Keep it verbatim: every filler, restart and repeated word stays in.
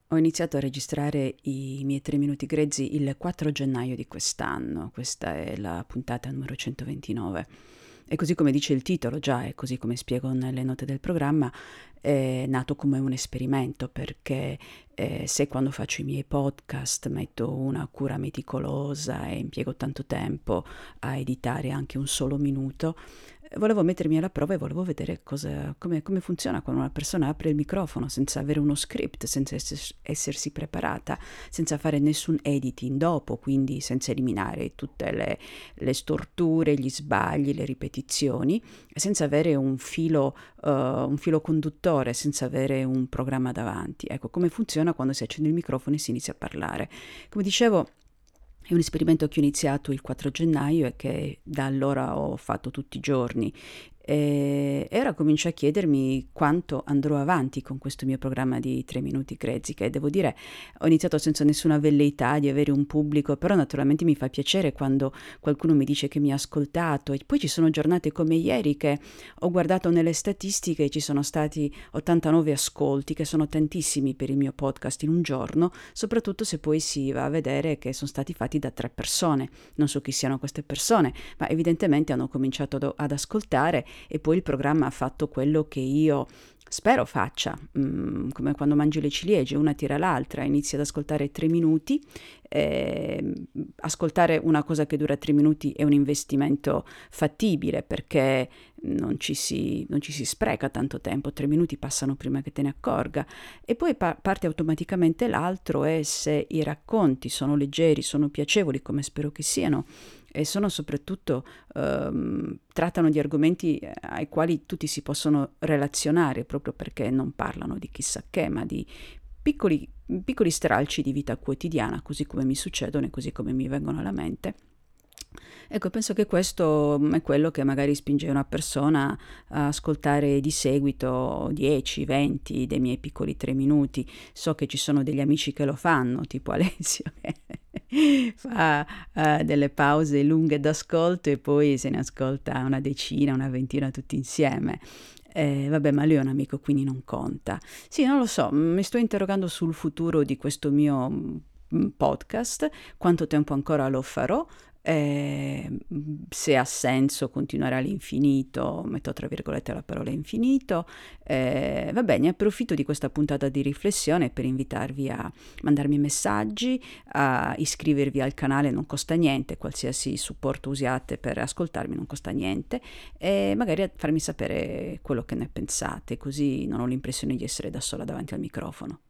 Ho iniziato a registrare i miei tre minuti grezzi il quattro gennaio di quest'anno, questa è la puntata numero centoventinove. E così come dice il titolo già, e così come spiego nelle note del programma, è nato come un esperimento, perché eh, se quando faccio i miei podcast metto una cura meticolosa e impiego tanto tempo a editare anche un solo minuto, volevo mettermi alla prova e volevo vedere cosa, come, come funziona quando una persona apre il microfono senza avere uno script, senza esser- essersi preparata, senza fare nessun editing dopo, quindi senza eliminare tutte le, le storture, gli sbagli, le ripetizioni, senza avere un filo, uh, un filo conduttore, senza avere un programma davanti. Ecco, come funziona quando si accende il microfono e si inizia a parlare. Come dicevo, è un esperimento che ho iniziato il quattro gennaio e che da allora ho fatto tutti i giorni. E ora comincio a chiedermi quanto andrò avanti con questo mio programma di tre minuti grezzi, che devo dire ho iniziato senza nessuna velleità di avere un pubblico, però naturalmente mi fa piacere quando qualcuno mi dice che mi ha ascoltato. E poi ci sono giornate come ieri che ho guardato nelle statistiche e ci sono stati ottantanove ascolti, che sono tantissimi per il mio podcast in un giorno, soprattutto se poi si va a vedere che sono stati fatti da tre persone. Non so chi siano queste persone, ma evidentemente hanno cominciato ad ad ascoltare e poi il programma ha fatto quello che io spero faccia, mm, come quando mangi le ciliegie, una tira l'altra, inizi ad ascoltare tre minuti, eh, ascoltare una cosa che dura tre minuti è un investimento fattibile, perché non ci si, non ci si spreca tanto tempo, tre minuti passano prima che te ne accorga, e poi pa- parte automaticamente l'altro, e se i racconti sono leggeri, sono piacevoli, come spero che siano, e sono soprattutto ehm, trattano di argomenti ai quali tutti si possono relazionare, proprio perché non parlano di chissà che, ma di piccoli, piccoli stralci di vita quotidiana, così come mi succedono e così come mi vengono alla mente. Ecco, penso che questo è quello che magari spinge una persona a ascoltare di seguito dieci venti dei miei piccoli tre minuti. So che ci sono degli amici che lo fanno, tipo Alessio, che fa uh, delle pause lunghe d'ascolto e poi se ne ascolta una decina, una ventina tutti insieme. Eh, vabbè, ma lui è un amico, quindi non conta. Sì, non lo so, mi sto interrogando sul futuro di questo mio mm, podcast, quanto tempo ancora lo farò, eh, se ha senso continuare all'infinito, metto tra virgolette la parola infinito. Eh, va bene, approfitto di questa puntata di riflessione per invitarvi a mandarmi messaggi, a iscrivervi al canale, non costa niente, qualsiasi supporto usiate per ascoltarmi non costa niente, e magari a farmi sapere quello che ne pensate, così non ho l'impressione di essere da sola davanti al microfono.